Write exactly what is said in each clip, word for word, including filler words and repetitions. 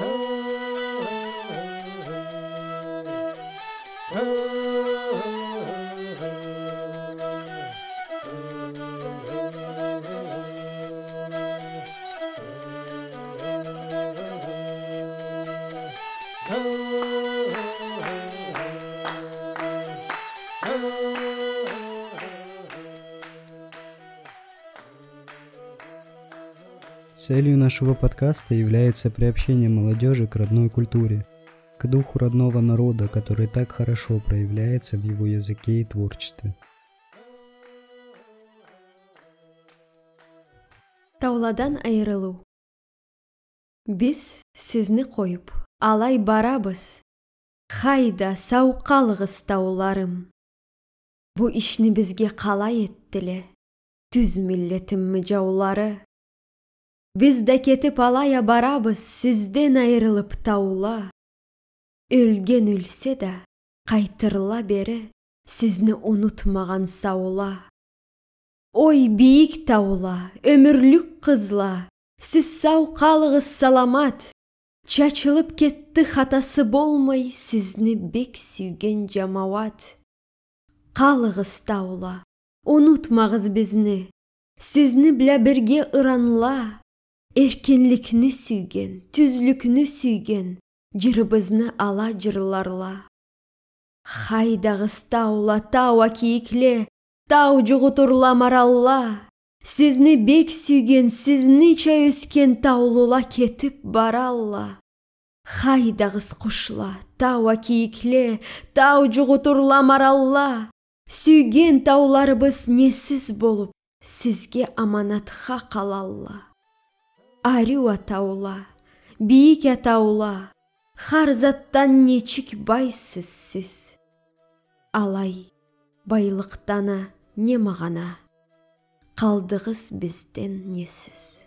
Целью нашего подкаста является приобщение молодежи к родной культуре, к духу родного народа, который так хорошо проявляется в его языке и творчестве. Тауладан айрылу. Biz sizni koyup alay barabız. Hayda sauqalığız taullarım. Bu işni bizge qalay ettile. Düz milletim micavları. Biz de ketip alaya barabız sizden ayrılıp taula. Ölgen ölse de qaytırla beri sizni unutmağan saula. Oy biyik taula, ömürlük kızla, siz sauqalığız salamat. Çaçılıp ketti hatası bolmay sizni bek süygen camavat. Qalığız taula, unutmağız bizni, sizni bile birge ıranla. Erkinlikni süygen, tüzlükni süygen, jırыбызны ala jırlarla. Haydağız taula, taua kiyikle, tau juğuturla maralla. Sizni bek süygen, sizni çay ösken taulula ketip baralla. Haydağız kuşla, taua kiyikle, tau juğuturla maralla. Süygen taularыбыз nesiz bolup, sizge amanatha qalalla. Aryu atauла, biyik atauла, har zattan nechik baysız siz. Alay, baylıqtana ne mağana, qaldığız bizden nesiz.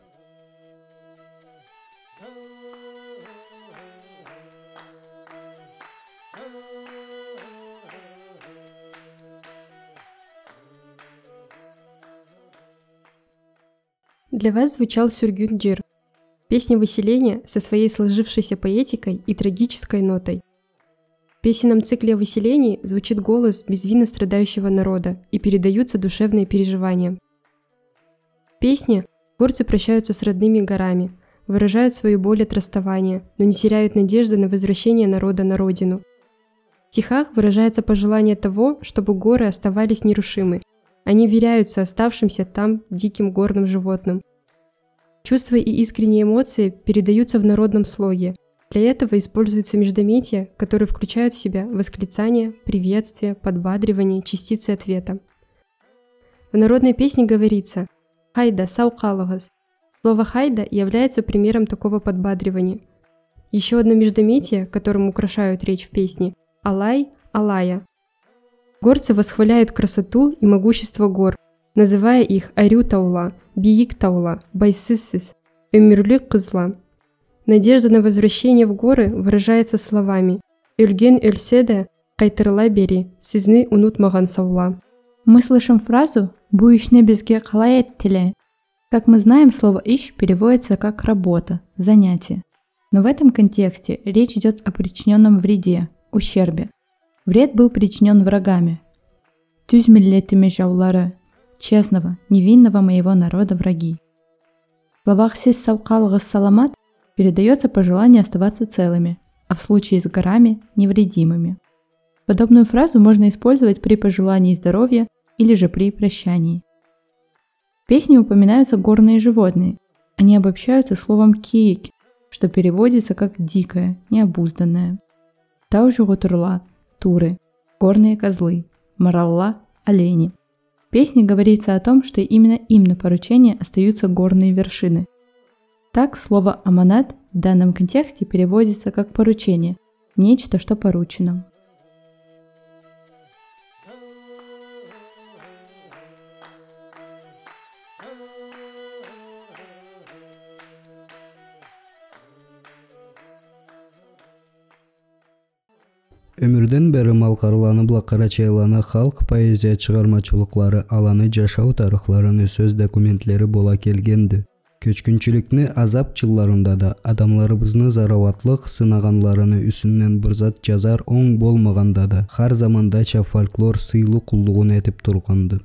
Для вас звучал Сюргюн Джир, песня выселения со своей сложившейся поэтикой и трагической нотой. В песенном цикле о выселении звучит голос безвинно страдающего народа и передаются душевные переживания. В песне горцы прощаются с родными горами, выражают свою боль от расставания, но не теряют надежды на возвращение народа на родину. В стихах выражается пожелание того, чтобы горы оставались нерушимы. Они вверяются оставшимся там диким горным животным. Чувства и искренние эмоции передаются в народном слоге. Для этого используются междометия, которые включают в себя восклицания, приветствия, подбадривания, частицы ответа. В народной песне говорится «Хайда сауқалығыз». Слово «хайда» является примером такого подбадривания. Еще одно междометие, которым украшают речь в песне – «Алай», «Алая». Горцы восхваляют красоту и могущество гор, называя их Арю таула, Бийик таула, Байсыссыз, Өмүрлүк кызла. Надежда на возвращение в горы выражается словами «Өлген өлсе де, қайтырыла бери, сизни унутмаган саула». Мы слышим фразу «Бу ишни бизге қалай еттиле». Как мы знаем, слово «иш» переводится как «работа», «занятие». Но в этом контексте речь идет о причиненном вреде, ущербе. Вред был причинен врагами. Түз миллетіме жаулары, честного, невинного моего народа враги. В словах «сиз сауқалығыз саламат» передается пожелание оставаться целыми, а в случае с горами – невредимыми. Подобную фразу можно использовать при пожелании здоровья или же при прощании. В песне упоминаются горные животные. Они обобщаются словом «киик», что переводится как «дикое», «необузданное». Таужугутурла – туры, горные козлы, маралла – олени. В песне говорится о том, что именно им на поручение остаются горные вершины. Так, слово «аманат» в данном контексте переводится как «поручение», нечто, что поручено. Өмүрдөн бери малкарланып карачайлана халк поэзия чыгармачылыклары аланы жашоо тарыхларынын сөз документтери бола келгенди. Көчкүнчүлүктү азап жылдарында да адамларыбызны зараватлык сынаганларыны үсүнөн бир зат жазар оң болмаганда да ар замандача фольклор сыйлуу кулдугун этип турганды.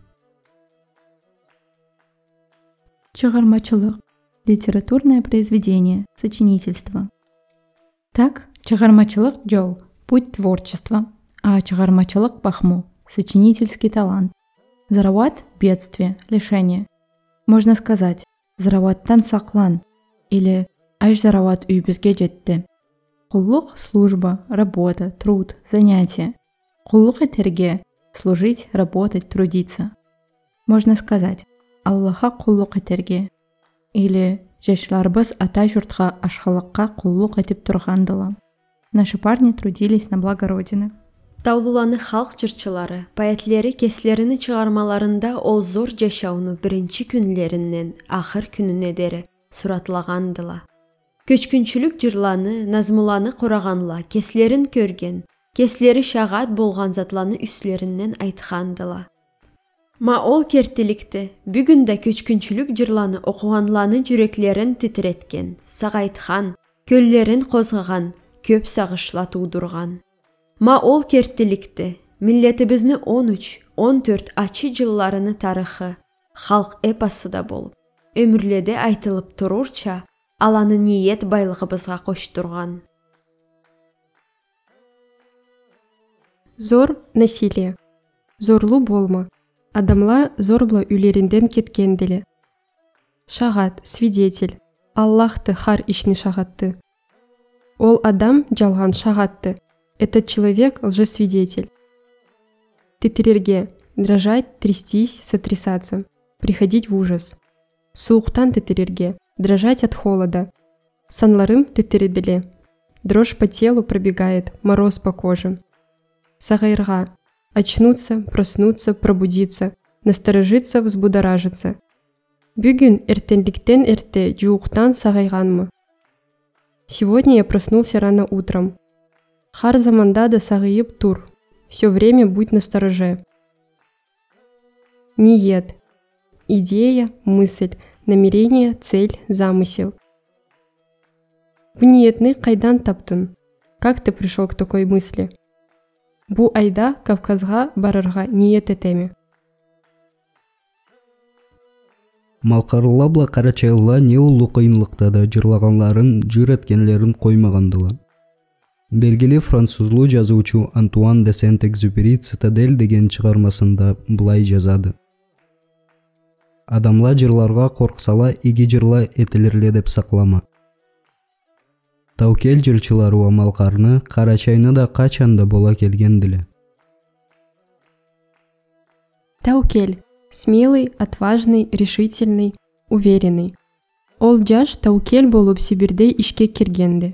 Чыгармачылык – литературное произведение, сочинительство. Так, чыгармачылык – жол, путь творчества, а чыгармачылык – пахму, сочинительский талант. Зарават – бедствие, лишение. Можно сказать «зараваттан саклан» или «аж зарават үйбізге жетті». Куллук – служба, работа, труд, занятие. Куллук этерге – служить, работать, трудиться. Можно сказать «Аллаха куллук этерге» или «Жашларбыз ата журтка ашхалыкка куллук этип тургандыла». Наши парни трудились на благо Родины. Таулуланы халк жырчылары, поэтлери кеслерини чыгармаларында ол зор жашауну биринчи күнлеринен ахыр күнүнө дери суратлагандыла. Көчкүнчүлүк жырланы, назмуланы кураганла, кеслерин көрген, кеслери шагат болган затланы үслеринен айткандыла. Ма ол кертиликти бүгүндө көчкүнчүлүк жырланы окуганланы жүрөклерин титиреткен, сагайткан, көллерин козгаган, көп сагышла туудурган. Ма ол кертиликти миллетибизни он үч он төрт ачы жылларыны тарыхы халк эпосуда болуп, өмүрлөдө айтылып турурча, аланы ниет байлыгыбызга коштурган. Зор насилие. Зорлу болма. Адамла зорло үйлеринден кеткен деле. Шагат, свидетель. Аллахты хар ишни шагатты. Ол адам жалган шагатты. Этот человек лжесвидетель. Титирерге. Дрожать, трястись, сотрясаться. Приходить в ужас. Сууктан титирерге. Дрожать от холода. Санларым титиределе. Дрожь по телу пробегает, мороз по коже. Сагайрга. Очнуться, проснуться, пробудиться. Насторожиться, взбудоражиться. Бүгүн эртенликтен эрте жууктан сагайганмы. Сегодня я проснулся рано утром. Хар заманда да сагыйып тур. Все время будь настороже. Ниет. Идея, мысль, намерение, цель, замысел. Бу ниетны кайдан таптын? Как ты пришел к такой мысли? Бу айда Кавказга барырга ниет этеме. Малкарылабла карачайла не улуу кыйынлыкта да жырлаганларын, жыр эткенлерин коймагандыла. Белгили французлуу жазуучу Антуан де Сент-Экзюпери «Цитадель» деген чыгармасында былай жазады. Адамла жырларга корксала, иги жырла этилерле деп саклама. Таукел жырчылары Малкарны, Карачайны да качанда бола келгендиле. Таукель. Смелый, отважный, решительный, уверенный. Ол жаш таукел болуп Сибирде ишке киргенди.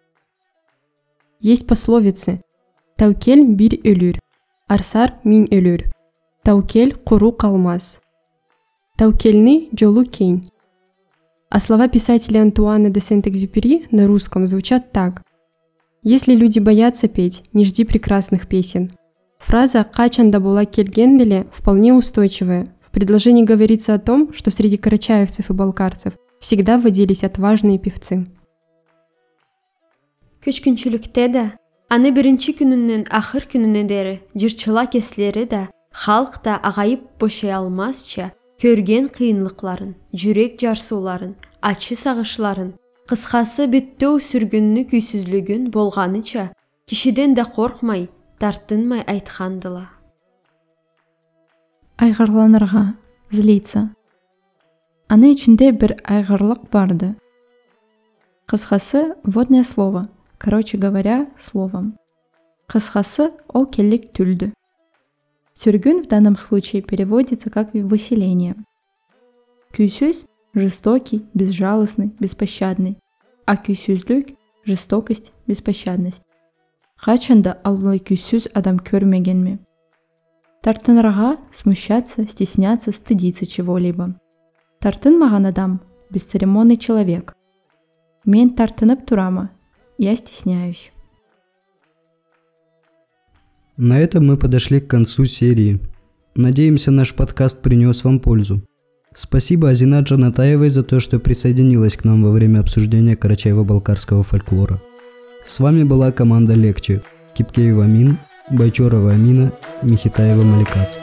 Есть пословицы. Таукел бир өлүр, арсар миң өлүр. Таукел куру калмас. Таукельны жолу кең. А слова писателя Антуана де Сент-Экзюпери на русском звучат так. Если люди боятся петь, не жди прекрасных песен. Фраза «качанда бола кельгенделе» вполне устойчивая. В предложении говорится о том, что среди карачаевцев и балкарцев всегда водились отважные певцы. Көчкүнчүлүктө да, аны биринчи күнүнөн ахыр күнүнө дери жырчыла кеслери да, халк да агайып бошой алмасча көрген кыйынлыкларын, жүрөк жарсууларын, ачы сагышларын, кыскасы бүттөө сүргүннү күйсүзлүгүн болганыча кишиден да коркмай, тартынмай айткандыла. Айгарланырга, злиться. Аны ичинде бир айгырлык барды. Кыскасы вводное слово. Короче говоря, словом. Кыскасы ол келлик түлдү. Сүргүн в данном случае переводится как выселение. Күйсүз – жестокий, безжалостный, беспощадный. А күйсүзлүк – жестокость, беспощадность. Качанда Аллах күйсүз адам көрмегенми? Тартынырга – смущаться, стесняться, стыдиться чего-либо. Тартынмаган адам – бесцеремонный человек. Мен тартынып турама. Я стесняюсь. На этом мы подошли к концу серии. Надеемся, наш подкаст принес вам пользу. Спасибо Азинат Жанатаевой за то, что присоединилась к нам во время обсуждения карачаево-балкарского фольклора. С вами была команда Лекче: Кипкеева Амин, Байчорова Амина, Михитаева Маликат.